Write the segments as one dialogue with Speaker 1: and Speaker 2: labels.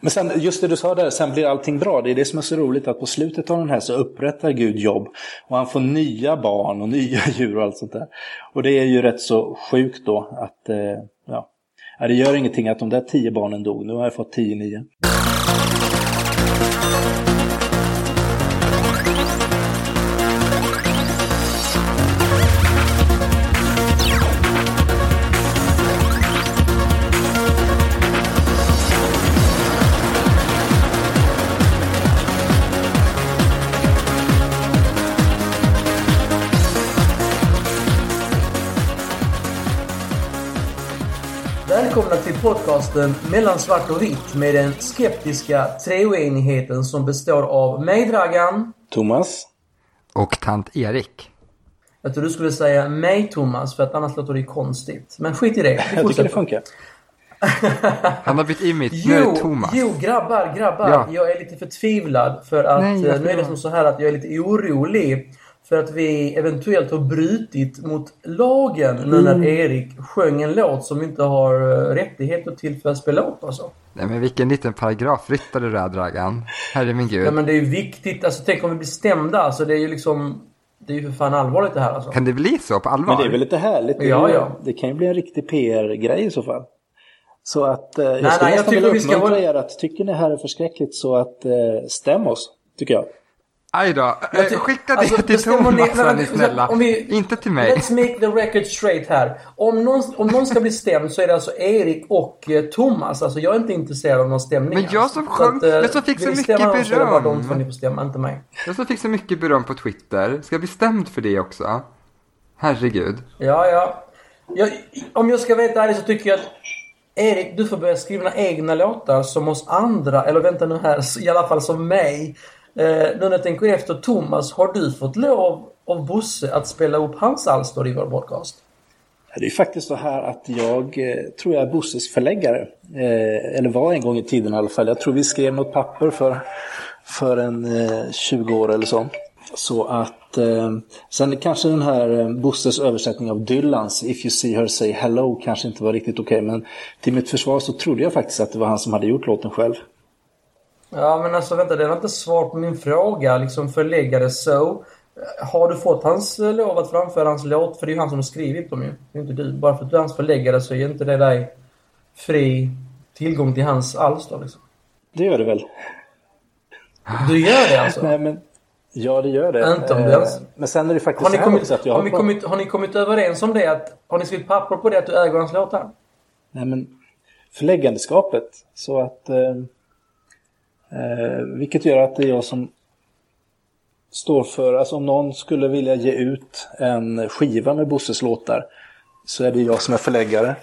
Speaker 1: Men sen, just det du sa där, sen blir allting bra. Det är det som är så roligt, att på slutet av den här så upprättar Gud jobb. Och han får nya barn och nya djur och allt sånt där. Och det är ju rätt så sjukt då att, ja, det gör ingenting att de där 10 barnen dog. Nu har jag fått 10 nya.
Speaker 2: Välkomna till podcasten Mellan svart och vitt med den skeptiska treoenigheten som består av mig, Dragan,
Speaker 1: Thomas
Speaker 3: och tant Erik.
Speaker 2: Jag tror du skulle säga mig, Thomas, för att annars låter det konstigt. Men skit i det.
Speaker 1: Jag tycker det funkar.
Speaker 3: Han har bytt image. Nu är det Thomas.
Speaker 2: Jo, grabbar. Ja. Jag är lite förtvivlad för att nu är det som så här att jag är lite orolig för att vi eventuellt har brutit mot lagen nu när Erik sjöng en låt som inte har rättigheter till för att spela upp och så.
Speaker 3: Nej, men vilken liten paragrafryttare du är, Dragan. Herre min gud.
Speaker 2: Ja, men det är ju viktigt. Alltså, tänk om vi blir stämda. Alltså, det är ju liksom... Det är ju för fan allvarligt det här alltså.
Speaker 3: Kan det bli så på allvar?
Speaker 1: Men det är väl lite härligt.
Speaker 2: Ja.
Speaker 1: Det kan ju bli en riktig PR-grej i så fall. Så att jag
Speaker 2: jag
Speaker 1: skulle nästan vilja uppmuntra er att tycker ni här är förskräckligt så att stäm oss, tycker jag.
Speaker 3: Aj då. Skicka det till Thomas, är ni snälla. Inte till mig.
Speaker 2: Let's make the record straight här. Om någon ska bli stämd så är det alltså Erik och Thomas. Alltså jag är inte intresserad av någon stämning.
Speaker 3: Men jag som sjöng, jag som fick så mycket beröm.
Speaker 2: De får ni få stämma, inte mig.
Speaker 3: Jag som fick så mycket beröm på Twitter. Ska jag bli stämd för det också? Herregud.
Speaker 2: Ja. Om jag ska veta ärligt så tycker jag att Erik, du får börja skriva egna låtar som oss andra. Eller vänta nu här, i alla fall som mig. Nu när jag tänker efter, Thomas, har du fått lov av Bosse att spela upp hans alster i vår podcast?
Speaker 1: Det är faktiskt så här att jag tror jag är Bosses förläggare. Eller var en gång i tiden i alla fall. Jag tror vi skrev något papper för en 20 år eller så. Så att sen kanske den här Bosses översättning av Dylans If You See Her Say Hello kanske inte var riktigt okej. Men till mitt försvar så trodde jag faktiskt att det var han som hade gjort låten själv.
Speaker 2: Ja, men alltså vänta, det var inte svar på min fråga. Liksom förläggare så. Har du fått hans lov att framföra hans låt? För det är ju han som har skrivit dem ju. Det är inte du. Bara för att du är hans förläggare så är inte det dig fri tillgång till hans alster liksom.
Speaker 1: Det gör det väl.
Speaker 2: Du gör det alltså?
Speaker 1: Nej, men ja, det gör det.
Speaker 2: Inte om det ens.
Speaker 1: Men sen är det faktiskt så här också att jag
Speaker 2: har ni kommit överens om det? Har ni skrivit papper på det att du äger hans låtar?
Speaker 1: Nej, men förläggandeskapet. Så att... vilket gör att det är jag som står för, alltså om någon skulle vilja ge ut en skiva med Bosses låtar så är det jag som är förläggare.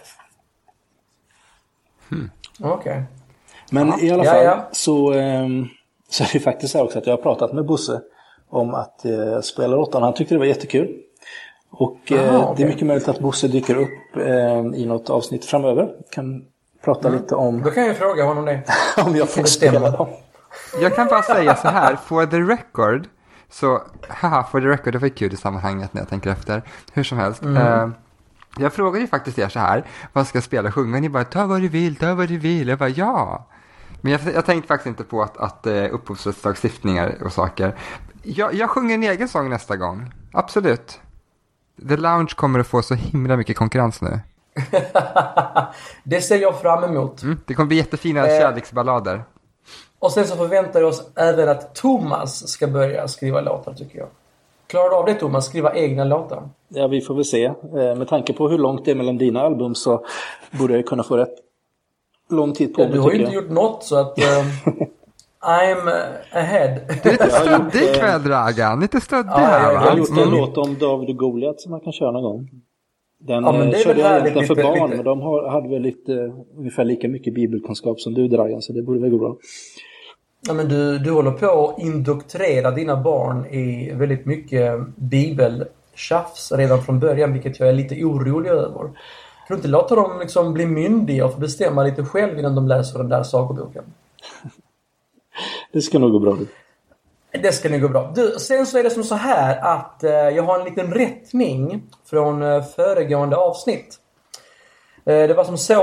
Speaker 2: Okej.
Speaker 1: Men i alla fall så är det faktiskt så här också att jag har pratat med Bosse om att spela låtarna. Han tyckte det var jättekul. Och det är mycket möjligt att Bosse dyker upp i något avsnitt framöver. Kan prata lite om...
Speaker 2: Då kan jag fråga honom det.
Speaker 1: Om jag får spela dem.
Speaker 3: Jag kan bara säga så här, for the record, så, for the record, det var kul i sammanhanget när jag tänker efter, hur som helst. Jag frågar ju faktiskt er så här, vad ska jag spela, sjunga? Ni bara, ta vad du vill. Jag bara, ja. Men jag tänkte faktiskt inte på att upphovsrättslagstiftningar och saker. Jag sjunger en egen sång nästa gång, absolut. The Lounge kommer att få så himla mycket konkurrens nu.
Speaker 2: Det ser jag fram emot.
Speaker 3: Det kommer bli jättefina kärleksballader.
Speaker 2: Och sen så förväntar vi oss även att Thomas ska börja skriva låtar, tycker jag. Klarar du av det, Thomas? Skriva egna låtar?
Speaker 1: Ja, vi får väl se. Med tanke på hur långt det är mellan dina album så borde jag kunna få rätt lång tid på mig.
Speaker 2: Du har ju inte gjort något så att... I'm ahead.
Speaker 3: Du är lite stöddig kväll, Dragan. Lite stöddig här,
Speaker 1: jag har gjort en låt om David och Goliat som man kan köra någon gång. Den körde jag egentligen för barn, men de hade väl ungefär lika mycket bibelkunskap som du, Dragan, så det borde väl gå bra.
Speaker 2: Ja, men du håller på att indoktrinera dina barn i väldigt mycket bibeltjafs redan från början, vilket jag är lite orolig över. Kan du inte låta dem liksom bli myndiga och få bestämma lite själv innan de läser den där sagoboken?
Speaker 1: Det ska nog gå bra.
Speaker 2: Det ska nog gå bra. Sen så är det som så här att jag har en liten rättning från föregående avsnitt. Det var som så att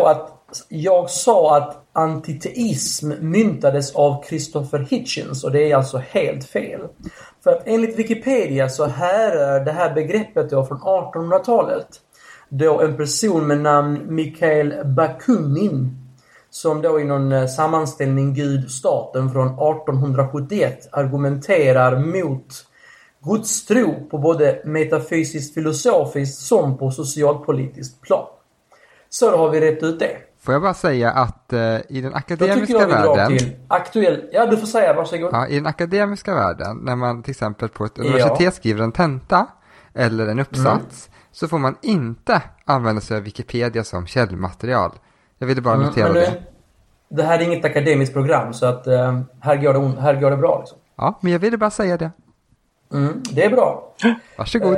Speaker 2: Jag sa att antiteism myntades av Christopher Hitchens och det är alltså helt fel. För att enligt Wikipedia så härrör det här begreppet då från 1800-talet. Då en person med namn Mikhail Bakunin, som då i någon sammanställning Gud staten från 1871 argumenterar mot gudstro på både metafysiskt filosofiskt som på socialpolitiskt plan. Så då har vi rätt ut det.
Speaker 3: Får jag bara säga att i den akademiska världen...
Speaker 2: Aktuell... Ja, du får säga, varsågod.
Speaker 3: Ja, i den akademiska världen, när man till exempel på ett universitet skriver en tenta eller en uppsats, så får man inte använda sig av Wikipedia som källmaterial. Jag ville bara notera det.
Speaker 2: Det här är inget akademiskt program, så att här går det bra. Liksom.
Speaker 3: Ja, men jag ville bara säga det.
Speaker 2: Det är bra.
Speaker 3: Varsågod.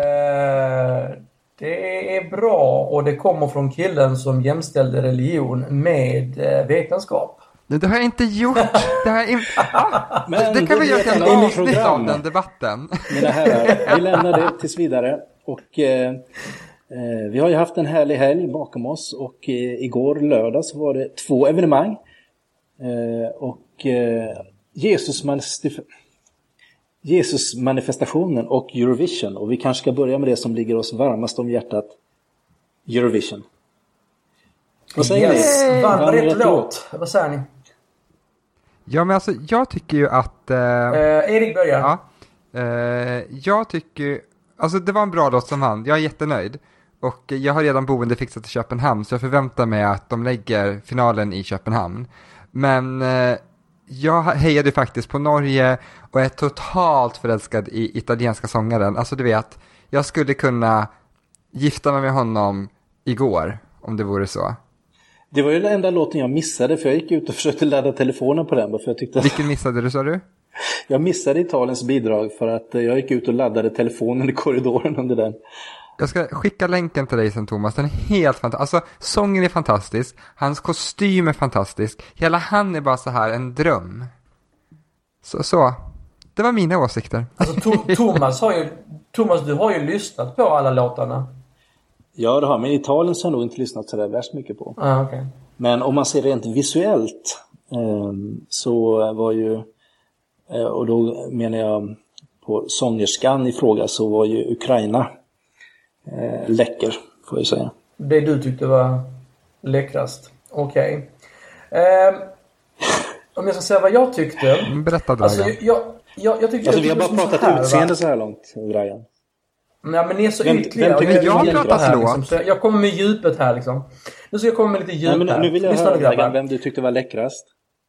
Speaker 2: Det är bra, och det kommer från killen som jämställde religion med vetenskap.
Speaker 3: Det har jag inte gjort. Det kan vi göra till en avsnitt av den debatten.
Speaker 1: Mina herrar, vi lämnar det tills vidare. Och vi har ju haft en härlig helg bakom oss. Och igår lördag så var det 2 evenemang. Jesus-manifestationen och Eurovision. Och vi kanske ska börja med det som ligger oss varmast om hjärtat. Eurovision. Vad säger ni?
Speaker 2: Vann rätt låt. Vad säger ni?
Speaker 3: Ja, men alltså jag tycker ju att...
Speaker 2: Erik börjar.
Speaker 3: Ja, jag tycker... Alltså det var en bra låt som vann. Jag är jättenöjd. Och jag har redan boende fixat i Köpenhamn, så jag förväntar mig att de lägger finalen i Köpenhamn. Men... jag hejade faktiskt på Norge och är totalt förälskad i italienska sångaren. Alltså du vet, jag skulle kunna gifta mig med honom igår, om det vore så.
Speaker 1: Det var ju den enda låten jag missade, för jag gick ut och försökte ladda telefonen på den. För jag tyckte...
Speaker 3: Vilken missade du, sa du?
Speaker 1: Jag missade Italiens bidrag för att jag gick ut och laddade telefonen i korridoren under den.
Speaker 3: Jag ska skicka länken till dig sen, Thomas. Den är helt fantastisk. Alltså, sången är fantastisk. Hans kostym är fantastisk. Hela han är bara så här en dröm. Så. Det var mina åsikter.
Speaker 2: Alltså, Thomas, du har ju lyssnat på alla låtarna.
Speaker 1: Ja, det har. Men Italien så har jag nog inte lyssnat så där värst mycket på.
Speaker 2: Okay.
Speaker 1: Men om man ser rent visuellt så var ju... och då menar jag på sångerskan i fråga, så var ju Ukraina läcker, får jag säga.
Speaker 2: Det du tyckte var läckrast. Okej. Om jag ska säga vad jag tyckte...
Speaker 3: Berätta, Dragan.
Speaker 2: Alltså, jag tyckte...
Speaker 1: Alltså, vi har bara pratat utseende så här långt, Dragan.
Speaker 2: Ja, men ni är så ytliga.
Speaker 3: Jag har pratat låt.
Speaker 2: Liksom, jag kommer med djupet här liksom. Nu ska jag komma med lite djup.
Speaker 1: Nej, men nu vill jag
Speaker 2: höra,
Speaker 1: Dragan, vem du tyckte var läckrast.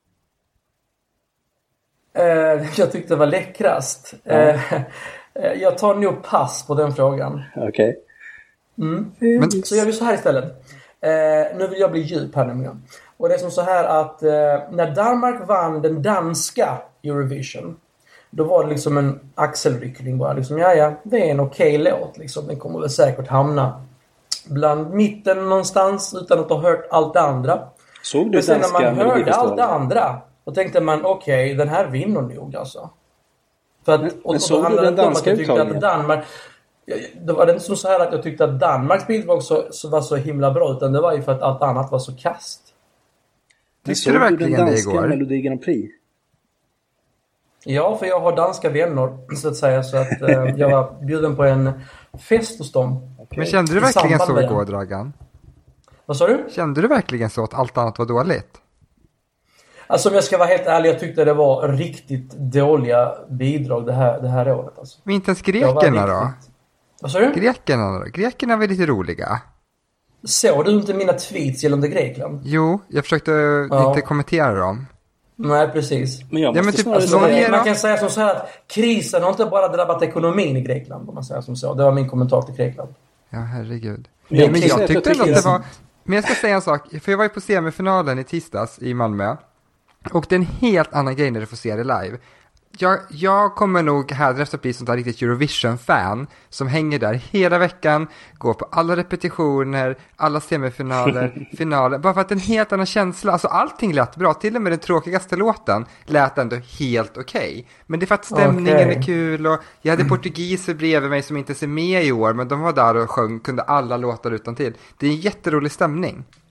Speaker 2: Jag tyckte det var läckrast. Jag tar nog pass på den frågan.
Speaker 1: Okej.
Speaker 2: Så gör vi så här istället. Nu vill jag bli djup här nämligen. Och det är som så här att när Danmark vann den danska Eurovision, då var det liksom en axelryckning bara. Liksom, ja, det är en okej låt. Liksom. Den kommer väl säkert hamna bland mitten någonstans utan att ha hört allt det andra.
Speaker 1: Såg du
Speaker 2: men sen
Speaker 1: danska
Speaker 2: när man hörde allt det andra, då tänkte man, okej, den här vinner nog alltså. För att,
Speaker 1: men såg du den danska uttagningen?
Speaker 2: Det var inte så här att jag tyckte att Danmarks bidrag så var så himla bra, utan det var ju för att allt annat var så kast.
Speaker 1: Men såg du den danska Melodi Grand Prix?
Speaker 2: Ja, för jag har danska vänner så att säga, så att jag var bjuden på en fest hos dem.
Speaker 3: Okay. Men kände du verkligen så igår, Dragan?
Speaker 2: Vad sa du?
Speaker 3: Kände du verkligen så att allt annat var dåligt?
Speaker 2: Alltså om jag ska vara helt ärlig, jag tyckte det var riktigt dåliga bidrag det här året. Alltså.
Speaker 3: Men inte ens grekerna då?
Speaker 2: Vad sa du?
Speaker 3: Grekerna var lite roliga.
Speaker 2: Såg du inte mina tweets gällande Grekland?
Speaker 3: Jo, jag försökte inte kommentera dem.
Speaker 2: Nej, precis.
Speaker 1: Men
Speaker 2: man kan säga som så här att krisen har inte bara drabbat ekonomin i Grekland, om man säger som så. Det var min kommentar till Grekland.
Speaker 3: Ja, herregud. Men jag tyckte ändå att det var... Men jag ska säga en sak, för jag var ju på semifinalen i tisdags i Malmö. Och det är en helt annan grej när du får se det live. Jag kommer nog hädanefter bli sånt där riktigt Eurovision-fan som hänger där hela veckan, går på alla repetitioner, alla semifinaler, finaler, bara för att det är en helt annan känsla. Alltså allting lät bra, till och med den tråkigaste låten lät ändå helt okej. Men det är för att stämningen är kul, och jag hade portugiser bredvid mig som inte ser med i år, men de var där och sjöng, kunde alla låtar utan till. Det är en jätterolig stämning.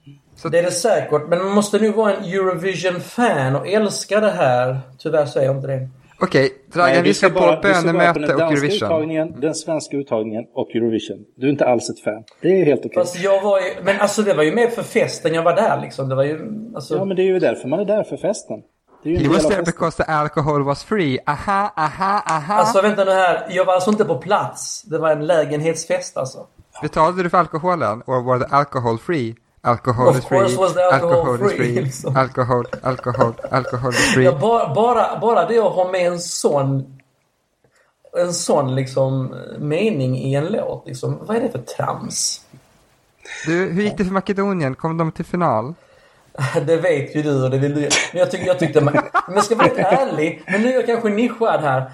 Speaker 3: Så...
Speaker 2: Det är det säkert, men man måste nu vara en Eurovision-fan och älska det här. Tyvärr säger jag inte det.
Speaker 3: Okej, Dragan, vi ska på bönemöte och
Speaker 1: Eurovision. Den svenska uttagningen och Eurovision. Du är inte alls ett fan. Det är helt okej.
Speaker 2: Fast jag var ju, men alltså det var ju mer för festen jag var där liksom. Det var ju, alltså...
Speaker 1: Ja, men det är ju därför man är där för festen. Det är ju
Speaker 3: He was there because the alcohol was free. Aha.
Speaker 2: Alltså vänta nu här. Jag var alltså inte på plats. Det var en lägenhetsfest alltså.
Speaker 3: Betalade du för alkoholen? Or was the alcohol free? Alcohol is free.
Speaker 2: Of course was the alcohol
Speaker 3: is
Speaker 2: free.
Speaker 3: free.
Speaker 2: Liksom.
Speaker 3: Alcohol is free.
Speaker 2: Ja, bara det att ha med en sån liksom mening i en låt liksom. Vad är det för trams?
Speaker 3: Du, hur gick det för Makedonien? Kom de till final?
Speaker 2: Det vet ju du och det vill du. Men jag tyckte men jag ska vara helt ärlig, men nu är jag kanske nischad här.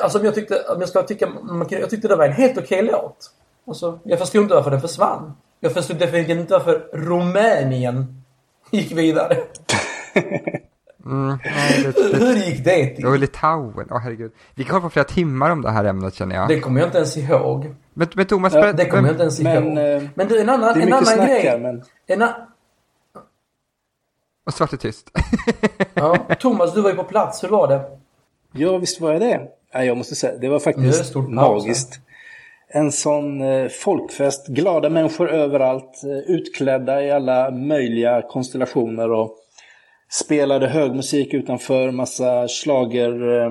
Speaker 2: Jag tyckte det var en helt okej låt. Alltså, jag förstod inte varför den försvann. Jag förstod definitivt inte varför Rumänien gick vidare. Hur gick det till?
Speaker 3: Och Litauen, herregud. Vi kan hålla på flera timmar om det här ämnet, känner jag.
Speaker 2: Det kommer jag inte ens ihåg.
Speaker 3: Men Thomas...
Speaker 2: det kommer jag inte ens ihåg. Men du, en annan grej.
Speaker 3: Och svart är tyst.
Speaker 2: Ja, Thomas, du var ju på plats. Hur var det?
Speaker 1: Ja, visst var jag det. Jag måste säga, det var faktiskt magiskt. En sån folkfest, glada människor överallt, utklädda i alla möjliga konstellationer och spelade hög musik utanför, massa schlager,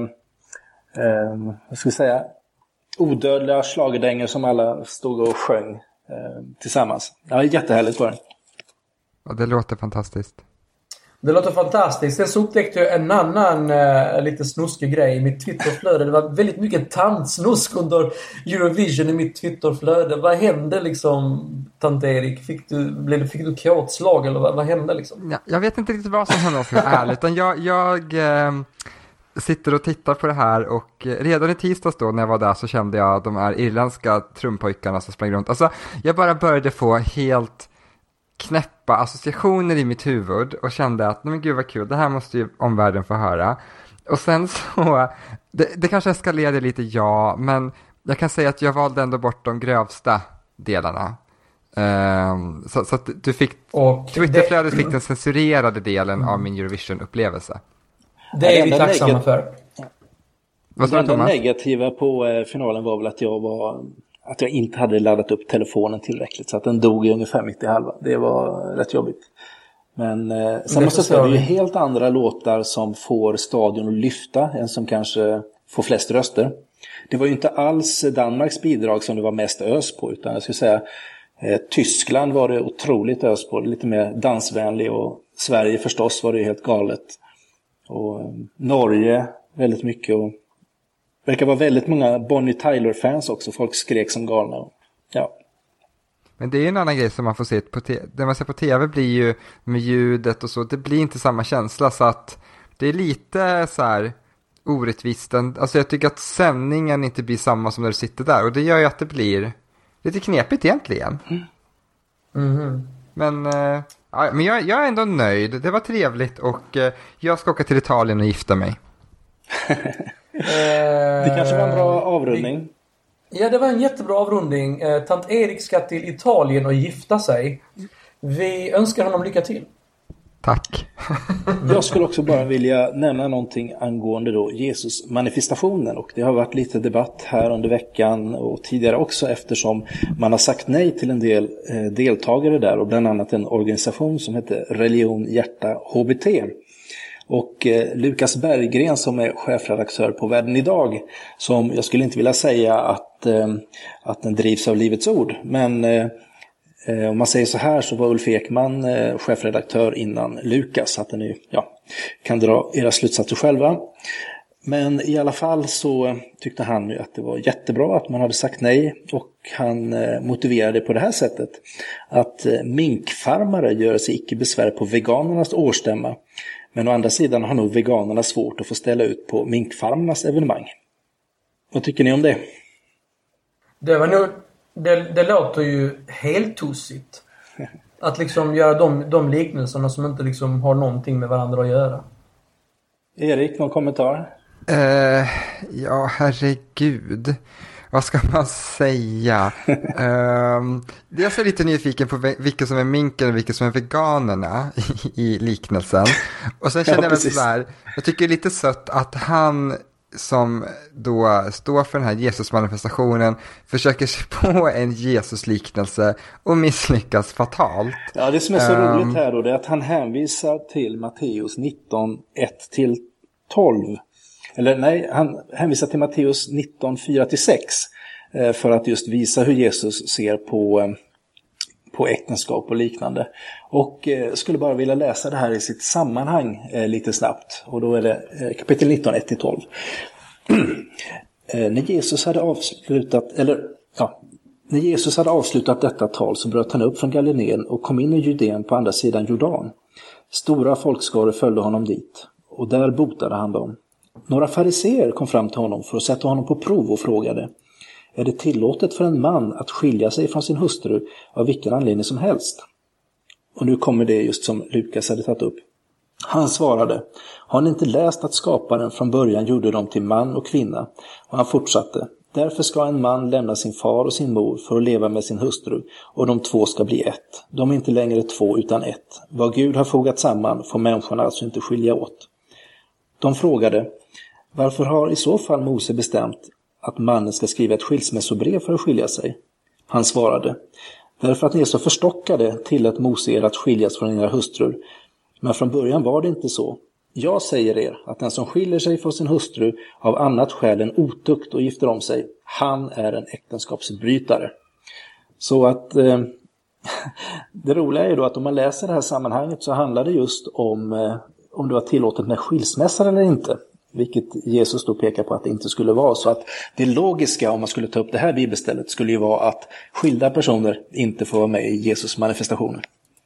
Speaker 1: vad ska vi säga, odödliga schlagerdänger som alla stod och sjöng tillsammans. Ja, jättehärligt var det.
Speaker 3: Ja, det låter fantastiskt.
Speaker 2: Det låter fantastiskt. Sen så upptäckte jag en annan lite snuskig grej i mitt Twitterflöde. Det var väldigt mycket tantsnusk under Eurovision i mitt Twitterflöde. Vad hände liksom, tant Erik? Fick du kåtslag eller vad hände liksom?
Speaker 3: Ja, jag vet inte riktigt vad som hände, för ärligt. Utan jag sitter och tittar på det här och redan i tisdags då när jag var där så kände jag de här irländska trumpojkarna som sprang runt. Alltså, jag bara började få helt knäppa associationer i mitt huvud och kände att, nej men gud vad kul, det här måste ju omvärlden få höra. Och sen så, det kanske eskalerade lite, ja, men jag kan säga att jag valde ändå bort de grövsta delarna. Så att du fick, Twitterflödet fick den censurerade delen av min Eurovision-upplevelse.
Speaker 2: Det är vi tacksamma för.
Speaker 3: Vad sa du, Thomas?
Speaker 1: Det negativa på finalen var väl att jag inte hade laddat upp telefonen tillräckligt, så att den dog ungefär mitt i halva. Det var rätt jobbigt. Men sen måste jag säga, det är ju helt andra låtar som får stadion att lyfta än som kanske får flest röster. Det var ju inte alls Danmarks bidrag som det var mest ös på, utan jag skulle säga Tyskland var det otroligt ös på, lite mer dansvänlig, och Sverige förstås var det ju helt galet. Och Norge väldigt mycket, och det verkar vara väldigt många Bonnie Tyler-fans också. Folk skrek som galna. Ja.
Speaker 3: Men det är en annan grej som man får se på det man ser på tv blir ju med ljudet och så. Det blir inte samma känsla, så att det är lite så här orättvist. Alltså jag tycker att sändningen inte blir samma som när du sitter där. Och det gör ju att det blir lite knepigt egentligen. Men jag är ändå nöjd. Det var trevligt och jag ska åka till Italien och gifta mig.
Speaker 1: Det kanske var en bra avrundning.
Speaker 2: Ja, det var en jättebra avrundning. Tant Erik ska till Italien och gifta sig. Vi önskar honom lycka till.
Speaker 3: Tack.
Speaker 1: Jag skulle också bara vilja nämna någonting angående då Jesus-manifestationen. Och det har varit lite debatt här under veckan och tidigare också, eftersom man har sagt nej till en del deltagare där. Och bland annat en organisation som heter Religion Hjärta HBT. Och Lukas Berggren som är chefredaktör på Världen idag, som jag skulle inte vilja säga att den drivs av Livets ord, men om man säger så här, så var Ulf Ekman chefredaktör innan Lukas, att ni kan dra era slutsatser själva. Men i alla fall så tyckte han ju att det var jättebra att man hade sagt nej, och han motiverade på det här sättet, att minkfarmare gör sig icke besvär på veganernas årsstämma. Men å andra sidan har nog veganerna svårt att få ställa ut på minkfarmarnas evenemang. Vad tycker ni om det?
Speaker 2: Det låter ju helt tossigt. Att liksom göra de liknelserna som inte liksom har någonting med varandra att göra.
Speaker 1: Erik, någon kommentar?
Speaker 3: Ja, herregud. vad ska man säga? Jag är lite nyfiken på vilka som är minken och vilka som är veganerna i liknelsen. Och sen känner jag väl sådär, jag tycker det är lite sött att han som då står för den här Jesus-manifestationen försöker sig på en Jesus-liknelse och misslyckas fatalt.
Speaker 1: Ja, det som är så roligt här då, det är att han hänvisar till Matteus 19, 1-12. Eller nej, han hänvisar till Matteus 19, 4-6 för att just visa hur Jesus ser på äktenskap och liknande. Och skulle bara vilja läsa det här i sitt sammanhang lite snabbt. Och då är det kapitel 19, 1-12. När Jesus hade avslutat detta tal så bröt han upp från Galileen och kom in i Judeen på andra sidan Jordan. Stora folkskaror följde honom dit, och där botade han dem. Några fariseer kom fram till honom för att sätta honom på prov och frågade: är det tillåtet för en man att skilja sig från sin hustru av vilken anledning som helst? Och nu kommer det just som Lukas hade tagit upp. Han svarade: har ni inte läst att skaparen från början gjorde dem till man och kvinna? Och han fortsatte: därför ska en man lämna sin far och sin mor för att leva med sin hustru, och de två ska bli ett. De är inte längre två utan ett. Vad Gud har fogat samman får människan alltså inte skilja åt. De frågade: varför har i så fall Mose bestämt att mannen ska skriva ett skilsmässobrev för att skilja sig? Han svarade: därför att ni är så förstockade till att Mose er att skiljas från era hustrur. Men från början var det inte så. Jag säger er att den som skiljer sig från sin hustru av annat skäl än otukt och gifter om sig, han är en äktenskapsbrytare. Så att det roliga är ju då att om man läser det här sammanhanget så handlar det just om det var tillåtet med skilsmässa eller inte. Vilket Jesus då pekar på att det inte skulle vara. Så att det logiska om man skulle ta upp det här bibelstället skulle ju vara att skilda personer inte får vara med i Jesus manifestationen.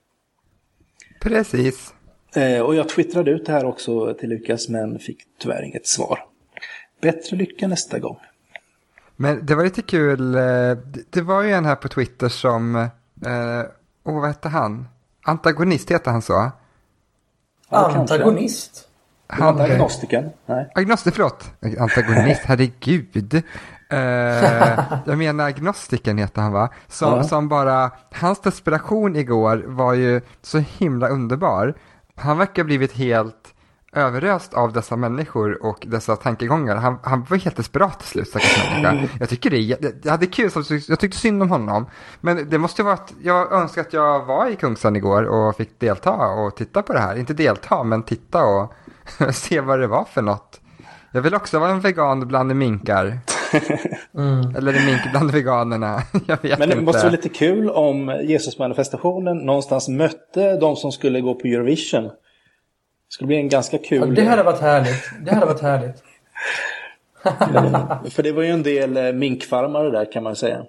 Speaker 3: Precis.
Speaker 1: Och jag twittrade ut det här också till Lukas, men fick tyvärr inget svar. Bättre lycka nästa gång.
Speaker 3: Men det var lite kul. Det var ju en här på Twitter som vad hette han? Antagonist heter han så?
Speaker 2: Antagonist?
Speaker 1: Han är agnostiken. Nej.
Speaker 3: Agnostik, förlåt. Antagonist, herregud. Jag menar agnostiken heter han, va? Som bara, hans desperation igår var ju så himla underbar. Han verkar ha blivit helt överöst av dessa människor och dessa tankegångar. Han var helt desperat till slut, Jag tycker jag hade kul, jag tyckte synd om honom. Men det måste vara att jag önskar att jag var i Kungsan igår och fick delta och titta på det här. Inte delta, men titta och se vad det var för något. Jag vill också vara en vegan bland minkar. Eller en mink bland veganerna. Jag vet
Speaker 1: Men det
Speaker 3: inte.
Speaker 1: måste vara lite kul om Jesus-manifestationen någonstans mötte de som skulle gå på Eurovision. Det skulle bli en ganska kul...
Speaker 2: Ja, det hade varit härligt.
Speaker 1: För det var ju en del minkfarmare där, kan man säga.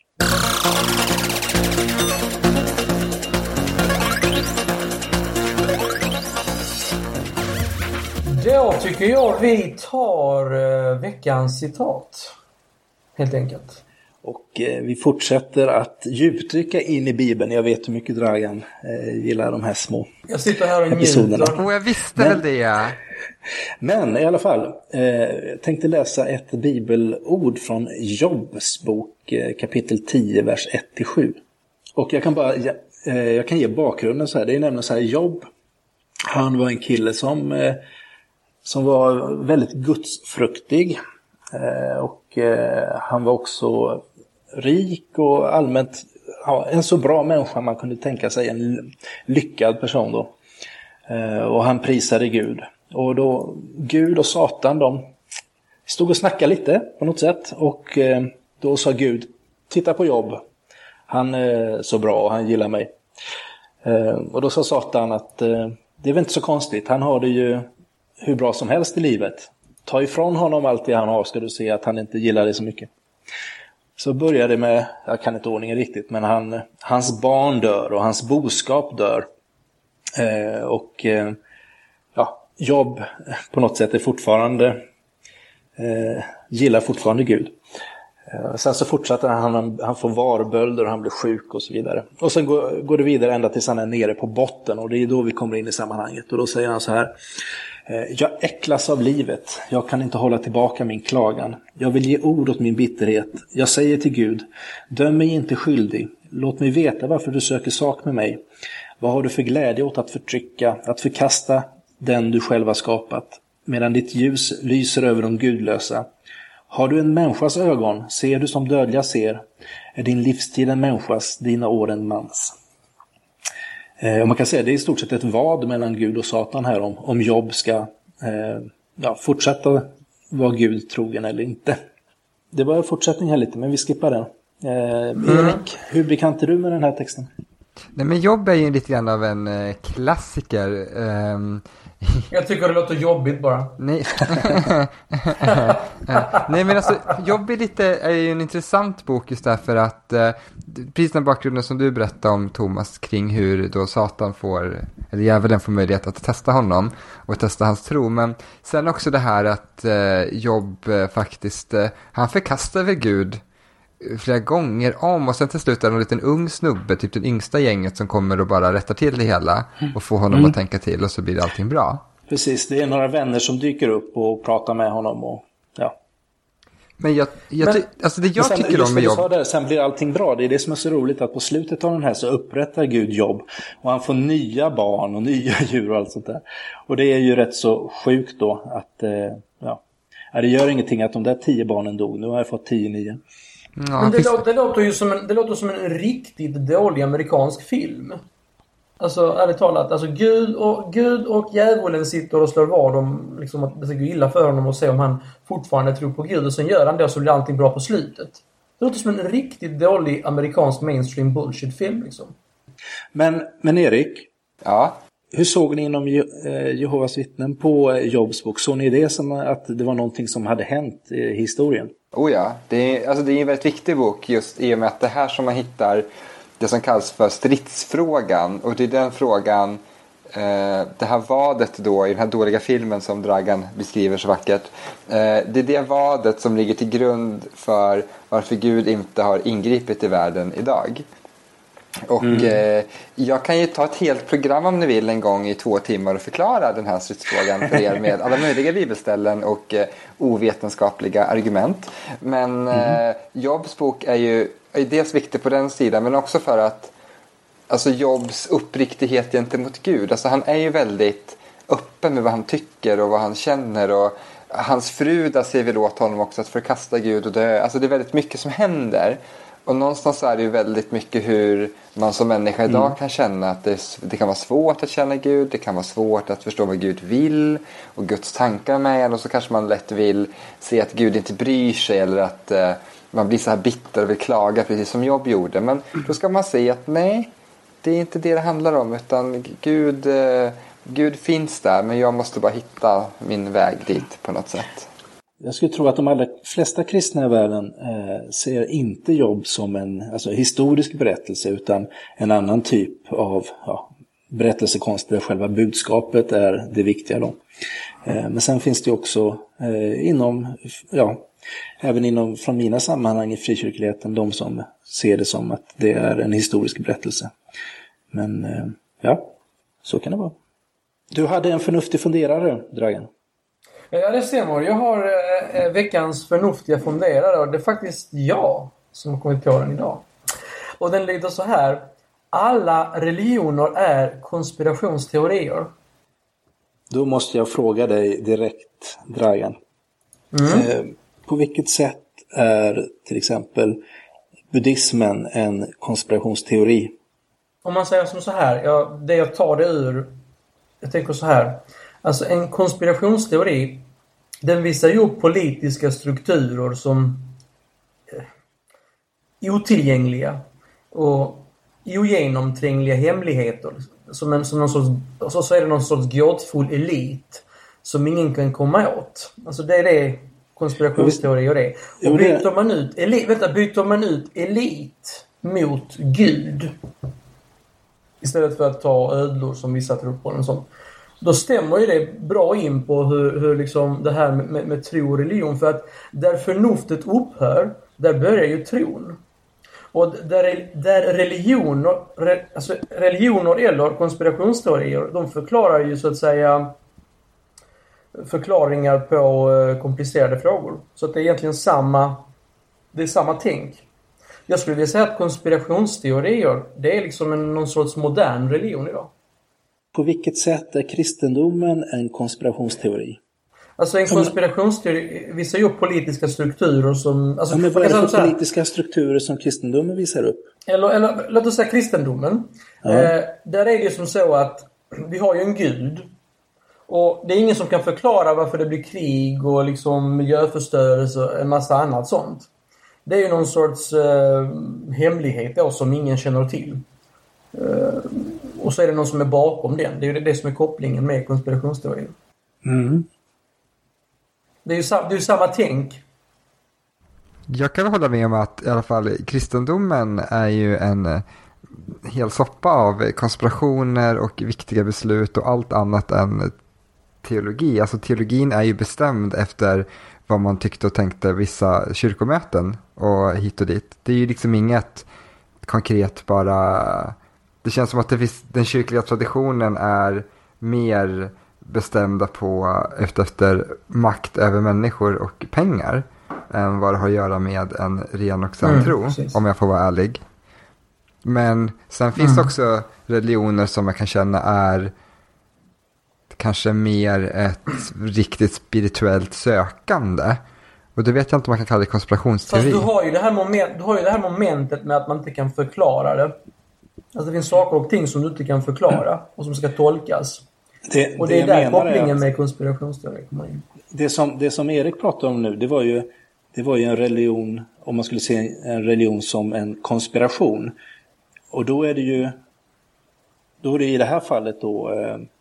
Speaker 2: Då tycker jag vi tar veckans citat. Helt enkelt.
Speaker 1: Och vi fortsätter att djupdyka in i Bibeln. Jag vet hur mycket Dragan gillar de här små
Speaker 2: Jag sitter här och
Speaker 1: episoderna.
Speaker 3: Och jag visste väl det.
Speaker 1: Men i alla fall, jag tänkte läsa ett bibelord från Jobs bok, kapitel 10, vers 1-7. Och jag kan ge bakgrunden så här. Det är nämligen så här, Job, han var en kille som var väldigt gudsfruktig. Och han var också rik och allmänt en så bra människa man kunde tänka sig, en lyckad person då. Och han prisade Gud. Och då Gud och Satan, de stod och snackade lite på något sätt. Och då sa Gud: titta på Job. Han är så bra och han gillar mig. Och då sa Satan att det är väl inte så konstigt. Han har det ju hur bra som helst i livet. Ta ifrån honom allt det han har, ska du se att han inte gillar det så mycket. Så började det med, jag kan inte ordningen riktigt, men hans barn dör och hans boskap dör. Job på något sätt är fortfarande gillar fortfarande Gud. Sen så fortsätter han får varbölder och han blir sjuk och så vidare. Och sen går det vidare ända tills han är nere på botten, och det är då vi kommer in i sammanhanget. Och då säger han så här: Jag äcklas av livet. Jag kan inte hålla tillbaka min klagan. Jag vill ge ord åt min bitterhet. Jag säger till Gud, döm mig inte skyldig. Låt mig veta varför du söker sak med mig. Vad har du för glädje åt att förtrycka, att förkasta den du själv har skapat, medan ditt ljus lyser över de gudlösa? Har du en människas ögon, ser du som dödliga ser. Är din livstid en människas, dina år en mans. Och man kan säga att det är i stort sett ett vad mellan Gud och Satan här om Jobb ska fortsätta vara Gud trogen eller inte. Det var en fortsättning här lite, men vi skippar den. Erik, hur bekant är du med den här texten?
Speaker 3: Nej, men Jobb är ju lite grann av en klassiker.
Speaker 2: Jag tycker det låter jobbigt bara.
Speaker 3: Nej. Nej, men alltså Jobb är ju en intressant bok just därför att precis den bakgrunden som du berättade om, Thomas, kring hur då Satan eller djävulen får möjlighet att testa honom och testa hans tro. Men sen också det här att Jobb faktiskt, han förkastar väl Gud flera gånger om, och sen till slut är det en liten ung snubbe, typ den yngsta gänget, som kommer och bara rättar till det hela och får honom att tänka till, och så blir allting bra.
Speaker 1: Precis, det är några vänner som dyker upp och pratar med honom och ja.
Speaker 3: Men jag tycker om med Jobb.
Speaker 1: Sen blir allting bra. Det är det som är så roligt, att på slutet av den här så upprättar Gud Jobb och han får nya barn och nya djur och allt sånt där. Och det är ju rätt så sjukt då att det gör ingenting att de där 10 barnen dog. Nu har jag fått 10 nya.
Speaker 2: Ja, men det låter ju som en riktigt dålig amerikansk film. Alltså ärligt talat, alltså Gud och djävulen sitter och slår vad om liksom, att det ska gå illa för honom och se om han fortfarande tror på Gud, och sen gör han det och så blir allting bra på slutet. Det låter som en riktigt dålig amerikansk mainstream bullshit film liksom.
Speaker 1: Men Erik,
Speaker 3: ja.
Speaker 1: Hur såg ni inom Jehovas vittnen på Jobbs bok? Såg ni det som att det var någonting som hade hänt i historien?
Speaker 3: Oh ja, det är en väldigt viktig bok just i och med att det här som man hittar det som kallas för stridsfrågan, och det är den frågan, det här vadet då i den här dåliga filmen som Dragan beskriver så vackert, det är det vadet som ligger till grund för varför Gud inte har ingripit i världen idag. Och jag kan ju ta ett helt program om ni vill en gång i 2 timmar och förklara den här stridsfrågan för er med alla möjliga bibelställen och ovetenskapliga argument. Men Jobbs bok är ju dels viktig på den sidan, men också för att alltså Jobbs uppriktighet gentemot Gud. Alltså han är ju väldigt öppen med vad han tycker och vad han känner, och hans fru där ser vi åt honom också att förkasta Gud och dö. Alltså det är väldigt mycket som händer. Och någonstans är det ju väldigt mycket hur man som människa idag kan känna att det kan vara svårt att känna Gud. Det kan vara svårt att förstå vad Gud vill och Guds tankar med en. Och så kanske man lätt vill se att Gud inte bryr sig, eller att man blir så här bitter och vill klaga precis som Jobb gjorde. Men då ska man säga att nej, det är inte det handlar om. Utan Gud finns där, men jag måste bara hitta min väg dit på något sätt.
Speaker 1: Jag skulle tro att de allra flesta kristna i världen ser inte Jobb som en historisk berättelse, utan en annan typ av berättelsekonst där själva budskapet är det viktiga då. Men sen finns det också även från mina sammanhang i frikyrkligheten, de som ser det som att det är en historisk berättelse. Men så kan det vara. Du hade en förnuftig funderare, Dragan.
Speaker 2: Ja, det stämmer. Jag har veckans förnuftiga funderare, och det är faktiskt jag som har kommit på den idag. Och den lyder så här: alla religioner är konspirationsteorier.
Speaker 1: Då måste jag fråga dig direkt, Dragan. På vilket sätt är till exempel buddhismen en konspirationsteori?
Speaker 2: Om man säger som så här, det jag tar det ur, jag tänker så här. Alltså en konspirationsteori, den visar ju upp politiska strukturer som otillgängliga och ogenomträngliga hemligheter. Så är det någon sorts gåtfull elit som ingen kan komma åt. Alltså det är det konspirationsteorier är. Och byter man ut elit mot Gud istället för att ta ödlor som vissa tror på en sån, då stämmer ju det bra in på hur liksom det här med tro och religion. För att där förnuftet upphör, där börjar ju tron. Och där religioner eller konspirationsteorier, de förklarar ju så att säga förklaringar på komplicerade frågor. Så att det är egentligen samma tänk. Jag skulle vilja säga att konspirationsteorier, det är liksom någon sorts modern religion idag.
Speaker 1: På vilket sätt är kristendomen en konspirationsteori?
Speaker 2: Alltså en konspirationsteori visar ju upp politiska strukturer som... Alltså,
Speaker 1: men vad är det för politiska strukturer som kristendomen visar upp?
Speaker 2: Eller låt oss säga kristendomen. Ja. Där är det ju som så att vi har ju en gud. Och det är ingen som kan förklara varför det blir krig och liksom miljöförstörelse och en massa annat sånt. Det är ju någon sorts hemlighet då som ingen känner till. Och så är det någon som är bakom den. Det är ju det som är kopplingen med konspirationsteorier.
Speaker 1: Mm.
Speaker 2: Det är ju samma tänk.
Speaker 3: Jag kan hålla med om att i alla fall kristendomen är ju en hel soppa av konspirationer och viktiga beslut och allt annat än teologi. Alltså teologin är ju bestämd efter vad man tyckte och tänkte vissa kyrkomöten och hit och dit. Det är ju liksom inget konkret bara... Det känns som att den kyrkliga traditionen är mer bestämda på efter makt över människor och pengar än vad det har att göra med en ren och sann tro, om jag får vara ärlig. Men sen finns det också religioner som jag kan känna är kanske mer ett riktigt spirituellt sökande. Och det vet jag inte om man kan kalla det konspirationsteori.
Speaker 2: Fast du har ju det här momentet med att man inte kan förklara det. Alltså det finns saker och ting som du inte kan förklara och som ska tolkas. Och det är där kopplingen med konspirationsteori kommer in.
Speaker 1: Det som Erik pratade om nu, det var ju en religion, om man skulle se en religion som en konspiration. Och då är det i det här fallet då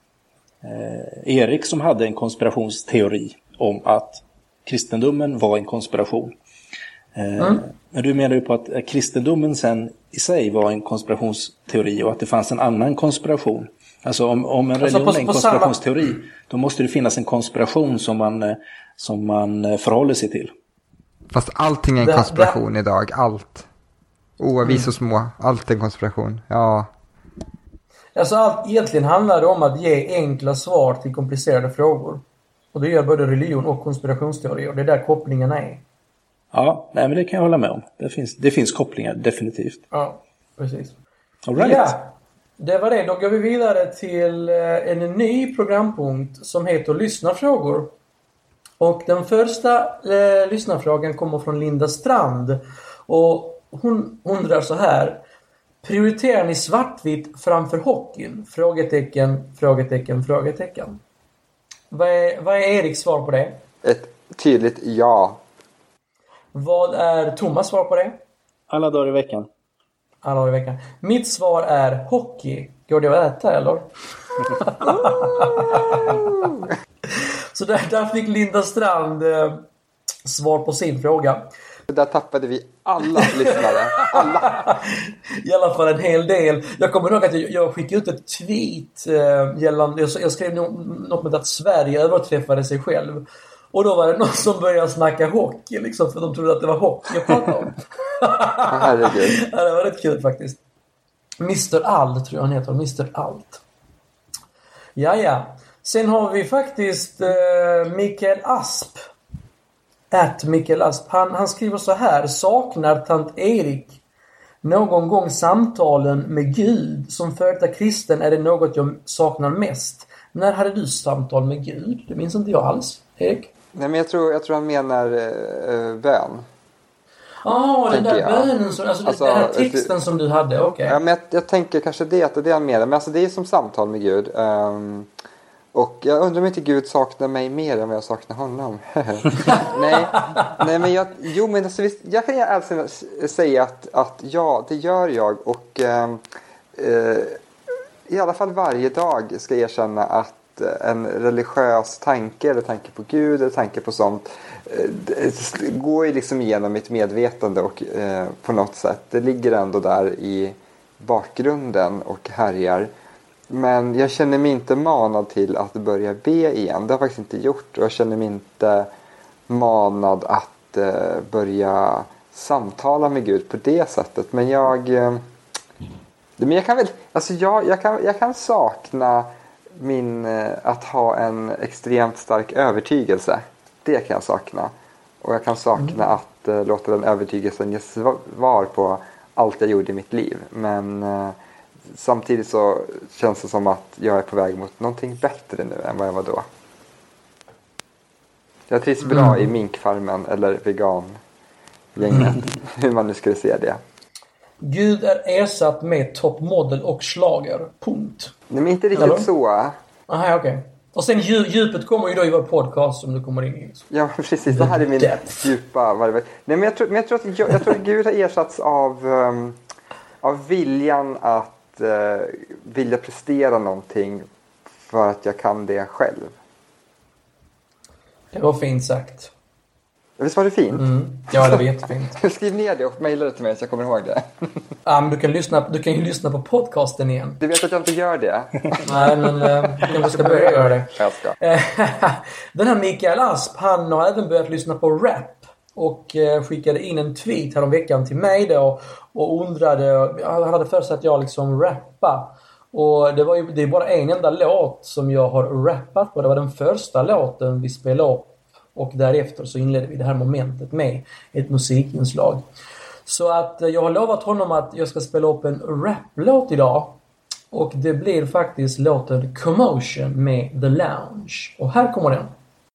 Speaker 1: Erik som hade en konspirationsteori om att kristendomen var en konspiration. Men du menar ju på att kristendomen sen i sig var en konspirationsteori och att det fanns en annan konspiration. Alltså om en religion är en konspirationsteori, då måste det finnas en konspiration som man förhåller sig till.
Speaker 3: Fast allting är en konspiration idag, allt. Oavvis och små, allt är en konspiration, ja.
Speaker 2: Alltså egentligen handlar det om att ge enkla svar till komplicerade frågor. Och det gör både religion och konspirationsteori, och det är där kopplingen är.
Speaker 1: Ja, nej, men det kan jag hålla med om. Det finns kopplingar, definitivt.
Speaker 2: Ja, precis.
Speaker 1: All right.
Speaker 2: Ja, det var det. Då går vi vidare till en ny programpunkt som heter Lyssnarfrågor. Och den första lyssnarfrågan kommer från Linda Strand. Och hon undrar så här: prioriterar ni svartvitt framför hockeyn? Frågetecken, frågetecken, frågetecken. Vad är Eriks svar på det?
Speaker 3: Ett tydligt ja.
Speaker 2: Vad är Thomas svar på det?
Speaker 1: Alla dagar i veckan.
Speaker 2: Alla dagar i veckan. Mitt svar är hockey. Går det att äta eller? Så där fick Linda Strand svar på sin fråga.
Speaker 3: Där tappade vi alla lyssnare. Alla.
Speaker 2: I alla fall en hel del. Jag kommer ihåg att jag skickade ut ett tweet gällande... Jag skrev något med att Sverige överträffade sig själv. Och då var det någon som började snacka hockey liksom, för de trodde att det var hockey jag pratade om.
Speaker 3: Herregud.
Speaker 2: Ja, det var rätt kul faktiskt. Mr. Allt tror jag han heter. Mr. Allt. Ja. Sen har vi faktiskt Mikael Asp. Mikael Asp. Han skriver så här: saknar tant Erik någon gång samtalen med Gud? Som följda kristen är det något jag saknar mest. När hade du samtal med Gud? Det minns inte jag alls, Erik.
Speaker 3: Nej, men jag tror han menar bön.
Speaker 2: Den där bönen, alltså den här texten som du hade, okej.
Speaker 3: Ja, men jag tänker kanske att det han menar. Men alltså det är som samtal med Gud. Och jag undrar om inte Gud saknar mig mer än vad jag saknar honom. Nej, men men alltså, visst, jag kan alltså säga att ja, det gör jag. Och i alla fall varje dag ska jag erkänna att en religiös tanke eller tanke på Gud eller tanke på sånt går ju liksom igenom mitt medvetande och på något sätt. Det ligger ändå där i bakgrunden och härjar. Men jag känner mig inte manad till att börja be igen. Det har jag faktiskt inte gjort. Och jag känner mig inte manad att börja samtala med Gud på det sättet. Men jag kan väl... Alltså jag kan sakna att ha en extremt stark övertygelse. Det kan jag sakna. Och jag kan sakna att låta den övertygelsen ge svar på allt jag gjorde i mitt liv. Men samtidigt så känns det som att jag är på väg mot någonting bättre nu än vad jag var då. Jag trivs bra i minkfarmen eller vegangänget. Hur man nu skulle se det.
Speaker 2: Gud är ersatt med toppmodell och slager. Punkt.
Speaker 3: Nej, men inte riktigt så.
Speaker 2: Aha, okej. Och sen djupet kommer ju då i vår podcast som du kommer in i.
Speaker 3: Ja, precis. Det här är min djupa... Nej, men jag tror att Gud har ersatts av viljan att vilja prestera någonting för att jag kan det själv.
Speaker 2: Det var fint sagt.
Speaker 3: Visst var det fint?
Speaker 2: Ja, det var jättefint.
Speaker 3: Skriv ner det och mejla det till mig så jag kommer ihåg det.
Speaker 2: Ja, men du kan ju lyssna på podcasten igen.
Speaker 3: Du vet att jag inte gör det.
Speaker 2: Nej, men jag ska börja göra det.
Speaker 3: Jag ska.
Speaker 2: Den här Mikael Asp, han har även börjat lyssna på rap. Och skickade in en tweet här om veckan till mig då. Och undrade, han hade för sig att jag liksom rappar. Och det är bara en enda låt som jag har rappat på. Det var den första låten vi spelade upp. Och därefter så inledde vi det här momentet med ett musikinslag. Så att jag har lovat honom att jag ska spela upp en raplåt idag. Och det blir faktiskt låten Commotion med The Lounge. Och här kommer den.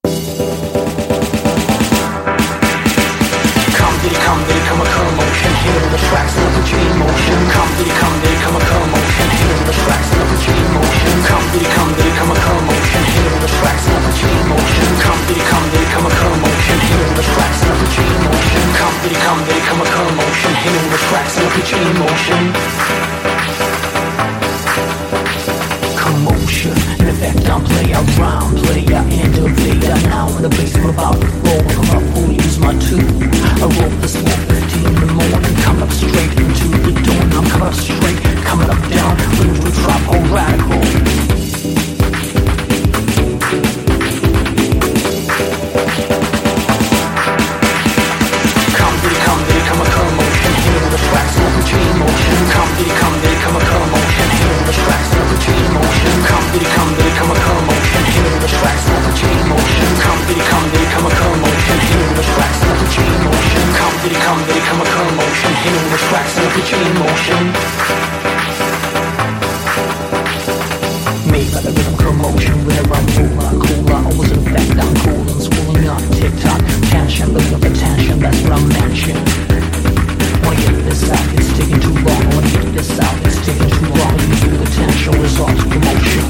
Speaker 2: Come a commotion, hear the tracks of the dream motion. Come a commotion, hear the tracks of the dream motion. Come a commotion, hear the tracks of the dream motion. Come a commotion, hear the tracks of the dream motion. Come a commotion, hear the tracks of the dream motion. Commotion, in effect I'm player around, player innovator. Now in the basement about to roll, come up, who use my tool. I roll this 1:15 in the morning, coming up straight into the dawn. I'm coming up straight, coming up down, lose to drop all radical. Come a commotion, hear the tracks of the dream motion. Come a commotion, hear the tracks of the dream motion. Come a commotion, hear the tracks of the dream motion. Come a commotion, hear the tracks of the dream motion. Come a commotion, hear the tracks of the dream motion. Made by the rhythm commotion, where I'm cooler, always in effect, I'm cool and swollen up, tick-tock, tension, building up attention, that's what I'm mentioning. Wanna get this out, it's taking too long, wanna get this out, it's taking too long, you feel the tension, results of commotion.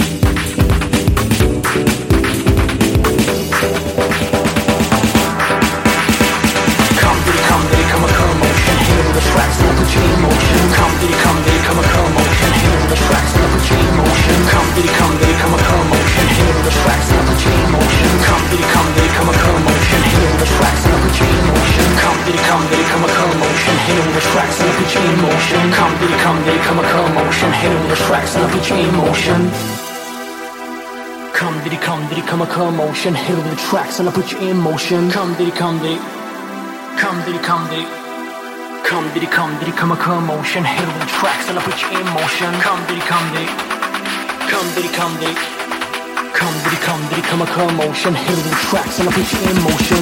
Speaker 2: Come a commotion, hear the tracks of the dream motion. Come a commotion, hear the tracks of the dream motion. Come a commotion, hear the tracks of the dream motion. Come a commotion, hear the tracks of the dream motion. Come a commotion, hear the tracks of the dream motion. Come a commotion, hear the tracks of the dream motion. Come a commotion, hear the tracks and I put you in motion. Come a commotion, hear the tracks and I put you in motion. Come a commotion, hear the tracks and I put you in motion.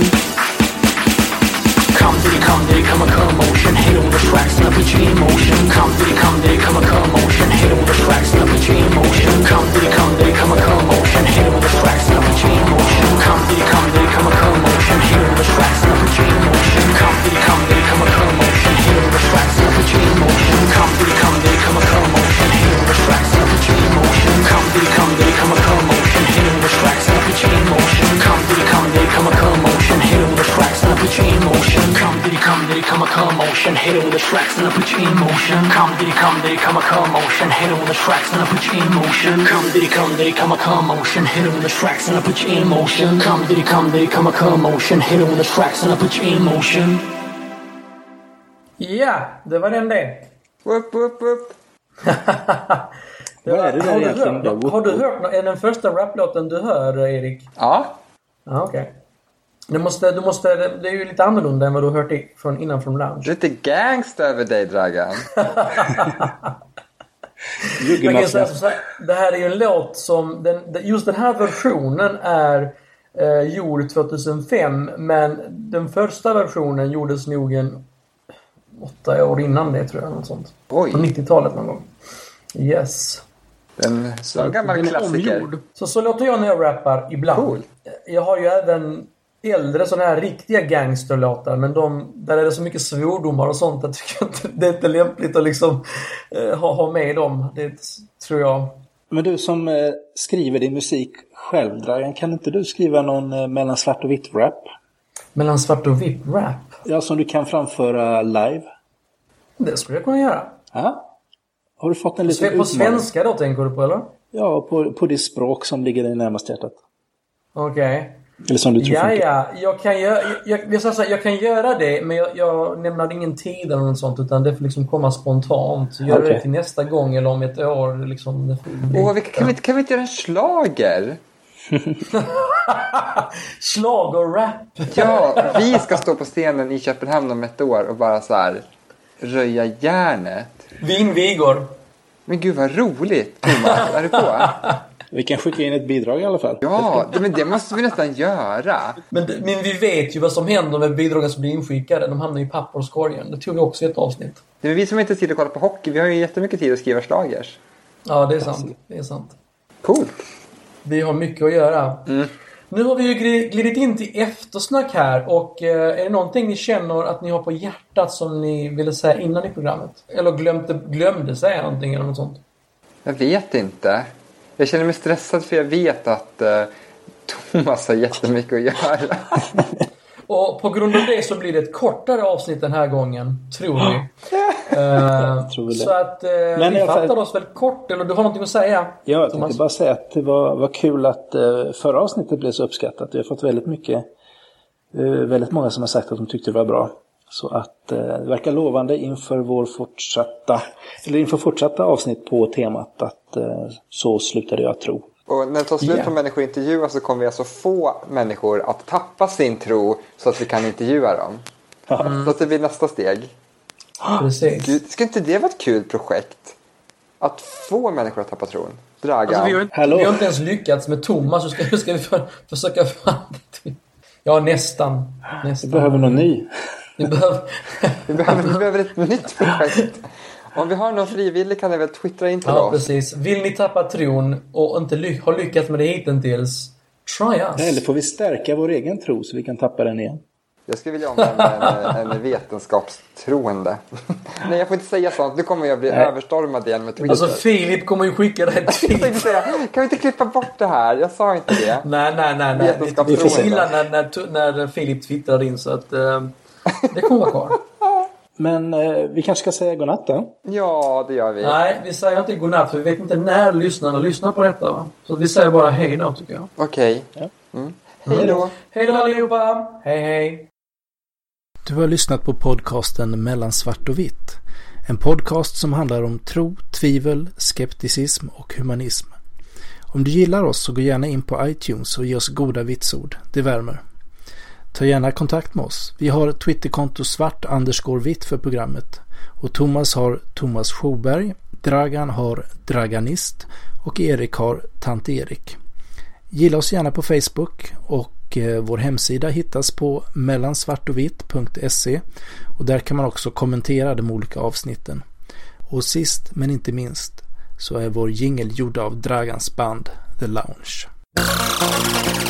Speaker 2: Come a commotion, hear the tracks and I put you in motion. Come a commotion, hear the tracks and I put you in motion. Come a commotion, hear the tracks and I put you in motion. Come a commotion, hear the tracks and I put you in motion. Come a commotion, hear the tracks and I put you in motion. Come a commotion, hear the tracks and I put you in motion. Come a commotion, hear the tracks and I put you in motion. Come a commotion, hear the tracks and I put you in motion. Come a commotion, hear the tracks and I put you in motion. Come a commotion, hear the tracks and I put you in motion. Come a commotion, hear the tracks and I put you in motion. Come a commotion, hear the tracks and I put you in motion. Ja, det var den det.
Speaker 3: Whoop, whoop, whoop.
Speaker 1: Vad är det där egentligen?
Speaker 2: Har du hört är den första raplåten du hör, Erik?
Speaker 3: Ja.
Speaker 2: Ja, okej. Det är ju lite annorlunda än vad du har hört från Lounge.
Speaker 3: Lite gangsta över dig, Dragan.
Speaker 2: Jag kan säga så här, det här är ju en låt som just den här versionen är gjord 2005, men den första versionen gjordes nog 8 år innan det, tror jag, något sånt.
Speaker 3: Oj.
Speaker 2: På 90-talet någon gång. Yes.
Speaker 3: En så gammal klassiker.
Speaker 2: Så låter jag när jag rappar ibland.
Speaker 3: Cool.
Speaker 2: Jag har ju även äldre sådana här riktiga gangsterlåtar, men där är det så mycket svordomar och sånt att jag tycker det är inte lämpligt att liksom ha med dem. Det tror jag.
Speaker 1: Men du som skriver din musik själv, Dragan, kan inte du skriva någon mellan svart och vitt rap?
Speaker 2: Mellan svart och vitt rap?
Speaker 1: Ja, som du kan framföra live.
Speaker 2: Det skulle jag kunna göra.
Speaker 1: Ja. Har du fått en liten utmaning?
Speaker 2: På svenska då, tänker du på, eller?
Speaker 1: Ja, på det språk som ligger dig närmast hjärtat.
Speaker 2: Okej.
Speaker 1: Eller som du tror funkar.
Speaker 2: Ja, jag kan göra det, men jag nämner ingen tid eller något sånt, utan det får liksom komma spontant. Gör det till nästa gång eller om ett år. Liksom,
Speaker 3: kan vi inte göra en slager?
Speaker 2: Schlager-rap.
Speaker 3: Ja, vi ska stå på scenen i Köpenhamn om ett år och bara så här röja järnet.
Speaker 2: Vigor.
Speaker 3: Men gud vad roligt, Thomas. Är du på?
Speaker 1: Vi kan skicka in ett bidrag i alla fall.
Speaker 3: Ja, men det måste vi nästan göra.
Speaker 2: Men vi vet ju vad som händer med bidragen som blir inskickade. De hamnar i papperskorgen. Det tog vi också i ett avsnitt.
Speaker 3: Det är vi som inte har tid att kolla på hockey. Vi har ju jättemycket tid att skriva slagers.
Speaker 2: Ja, det är sant. Det är sant.
Speaker 3: Coolt.
Speaker 2: Vi har mycket att göra. Nu har vi ju glidit in till eftersnack här. Och är det någonting ni känner att ni har på hjärtat som ni ville säga innan i programmet? Eller glömde säga någonting eller något sånt?
Speaker 3: Jag vet inte. Jag känner mig stressad för jag vet att Thomas har jättemycket att göra.
Speaker 2: Och på grund av det så blir det ett kortare avsnitt den här gången, tror vi.
Speaker 1: Tror
Speaker 2: så att vi fattar oss väl kort, eller du har någonting att säga?
Speaker 1: Ja, jag tänkte bara säga att det var kul att förra avsnittet blev så uppskattat. Vi har fått väldigt många som har sagt att de tyckte det var bra. Så att det verkar lovande inför fortsatta avsnitt på temat att så slutade jag tro.
Speaker 3: Och när det tar slut på människor intervjuas så kommer vi alltså få människor att tappa sin tro så att vi kan intervjua dem. Så att det blir nästa steg.
Speaker 2: Precis.
Speaker 3: Gud, ska inte det vara ett kul projekt? Att få människor att tappa tron. Dragan.
Speaker 2: Alltså, vi har inte ens lyckats med Thomas. Så ska vi försöka fram det. Ja, nästan.
Speaker 1: Vi behöver någon ny.
Speaker 3: Vi behöver ett nytt projekt. Om vi har någon frivillig kan ni väl twittra in till oss.
Speaker 2: Ja, precis. Vill ni tappa tron och inte har lyckats med det hittills, try us.
Speaker 1: Eller får vi stärka vår egen tro så vi kan tappa den igen?
Speaker 3: Jag skulle vilja omvända en vetenskapstroende. Nej, jag får inte säga sånt. Nu kommer jag bli överstormad igen med Twitter.
Speaker 2: Alltså, Filip kommer ju skicka det här tweet.
Speaker 3: Kan vi inte klippa bort det här? Jag sa inte det.
Speaker 2: Nej. Det finns illa när Filip twittrar in, så att det kommer vara kvar.
Speaker 1: Men vi kanske ska säga godnatt då?
Speaker 3: Ja, det gör vi.
Speaker 2: Nej, vi säger inte godnatt för vi vet inte när lyssnarna lyssnar på detta, va? Så vi säger bara hej då, tycker jag.
Speaker 3: Okej.
Speaker 1: Ja.
Speaker 3: Hej då.
Speaker 2: Hej då allihopa. Hej.
Speaker 1: Du har lyssnat på podcasten Mellan svart och vitt. En podcast som handlar om tro, tvivel, skepticism och humanism. Om du gillar oss så gå gärna in på iTunes och ge oss goda vitsord. Det värmer. Ta gärna kontakt med oss. Vi har Twitterkonto svart_vitt för programmet. Och Thomas har Thomas Sjoberg, Dragan har Draganist och Erik har Tant Erik. Gilla oss gärna på Facebook och vår hemsida hittas på mellansvartovitt.se och där kan man också kommentera de olika avsnitten. Och sist men inte minst så är vår jingle gjord av Dragans band The Lounge.